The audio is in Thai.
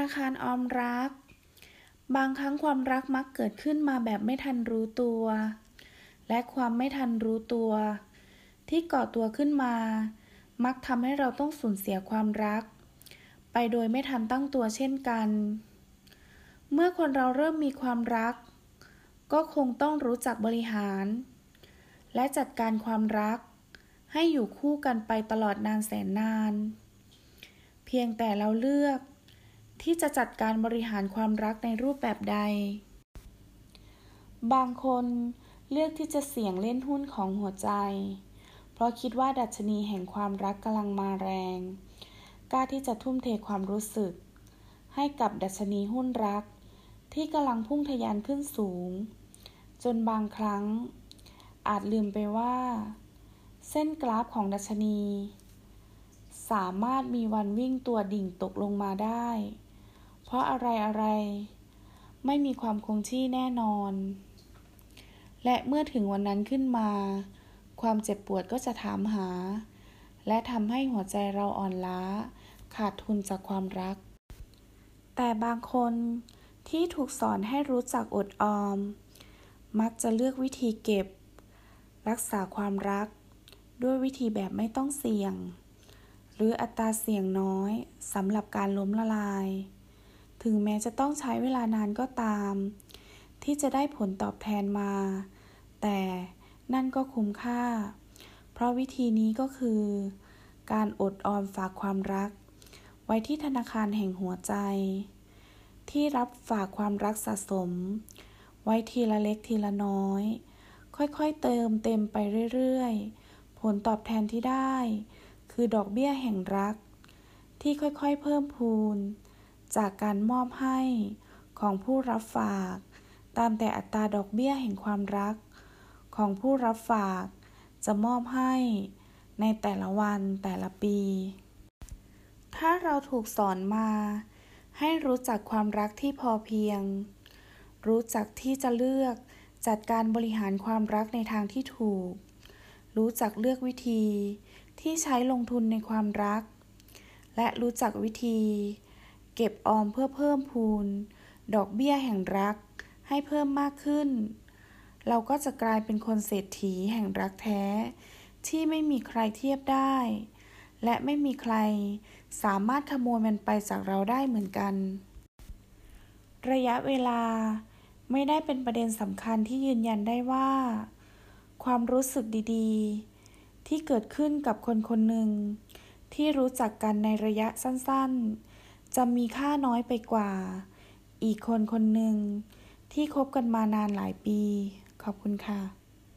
นาคารออมรักบางครั้งความรักมักเกิดขึ้นมาแบบไม่ทันรู้ตัวและความไม่ทันรู้ตัวที่ก่อตัวขึ้นมามักทำให้เราต้องสูญเสียความรักไปโดยไม่ทันตั้งตัวเช่นกันเมื่อคนเราเริ่มมีความรักก็คงต้องรู้จักบริหารและจัดการความรักให้อยู่คู่กันไปตลอดนานแสนนานเพียงแต่เราเลือกที่จะจัดการบริหารความรักในรูปแบบใดบางคนเลือกที่จะเสี่ยงเล่นหุ้นของหัวใจเพราะคิดว่าดัชนีแห่งความรักกำลังมาแรงกล้าที่จะทุ่มเทความรู้สึกให้กับดัชนีหุ้นรักที่กำลังพุ่งทะยานขึ้นสูงจนบางครั้งอาจลืมไปว่าเส้นกราฟของดัชนีสามารถมีวันวิ่งตัวดิ่งตกลงมาได้เพราะอะไรไม่มีความคงที่แน่นอนและเมื่อถึงวันนั้นขึ้นมาความเจ็บปวดก็จะถามหาและทำให้หัวใจเราอ่อนล้าขาดทุนจากความรักแต่บางคนที่ถูกสอนให้รู้จักอดออมมักจะเลือกวิธีเก็บรักษาความรักด้วยวิธีแบบไม่ต้องเสี่ยงหรืออัตราเสี่ยงน้อยสำหรับการล้มละลายถึงแม้จะต้องใช้เวลานานก็ตามที่จะได้ผลตอบแทนมาแต่นั่นก็คุ้มค่าเพราะวิธีนี้ก็คือการอดออมฝากความรักไว้ที่ธนาคารแห่งหัวใจที่รับฝากความรักสะสมไว้ทีละเล็กทีละน้อยค่อยๆเติมเต็มไปเรื่อยๆผลตอบแทนที่ได้คือดอกเบี้ยแห่งรักที่ค่อยๆเพิ่มพูนจากการมอบให้ของผู้รับฝากตามแต่อัตราดอกเบี้ยแห่งความรักของผู้รับฝากจะมอบให้ในแต่ละวันแต่ละปีถ้าเราถูกสอนมาให้รู้จักความรักที่พอเพียงรู้จักที่จะเลือกจัดการบริหารความรักในทางที่ถูกรู้จักเลือกวิธีที่ใช้ลงทุนในความรักและรู้จักวิธีเก็บออมเพื่อเพิ่มพูนดอกเบี้ยแห่งรักให้เพิ่มมากขึ้นเราก็จะกลายเป็นคนเศรษฐีแห่งรักแท้ที่ไม่มีใครเทียบได้และไม่มีใครสามารถขโมยมันไปจากเราได้เหมือนกันระยะเวลาไม่ได้เป็นประเด็นสำคัญที่ยืนยันได้ว่าความรู้สึกดีๆที่เกิดขึ้นกับคนคนหนึ่งที่รู้จักกันในระยะสั้นๆจะมีค่าน้อยไปกว่าอีกคนคนหนึ่งที่คบกันมานานหลายปีขอบคุณค่ะ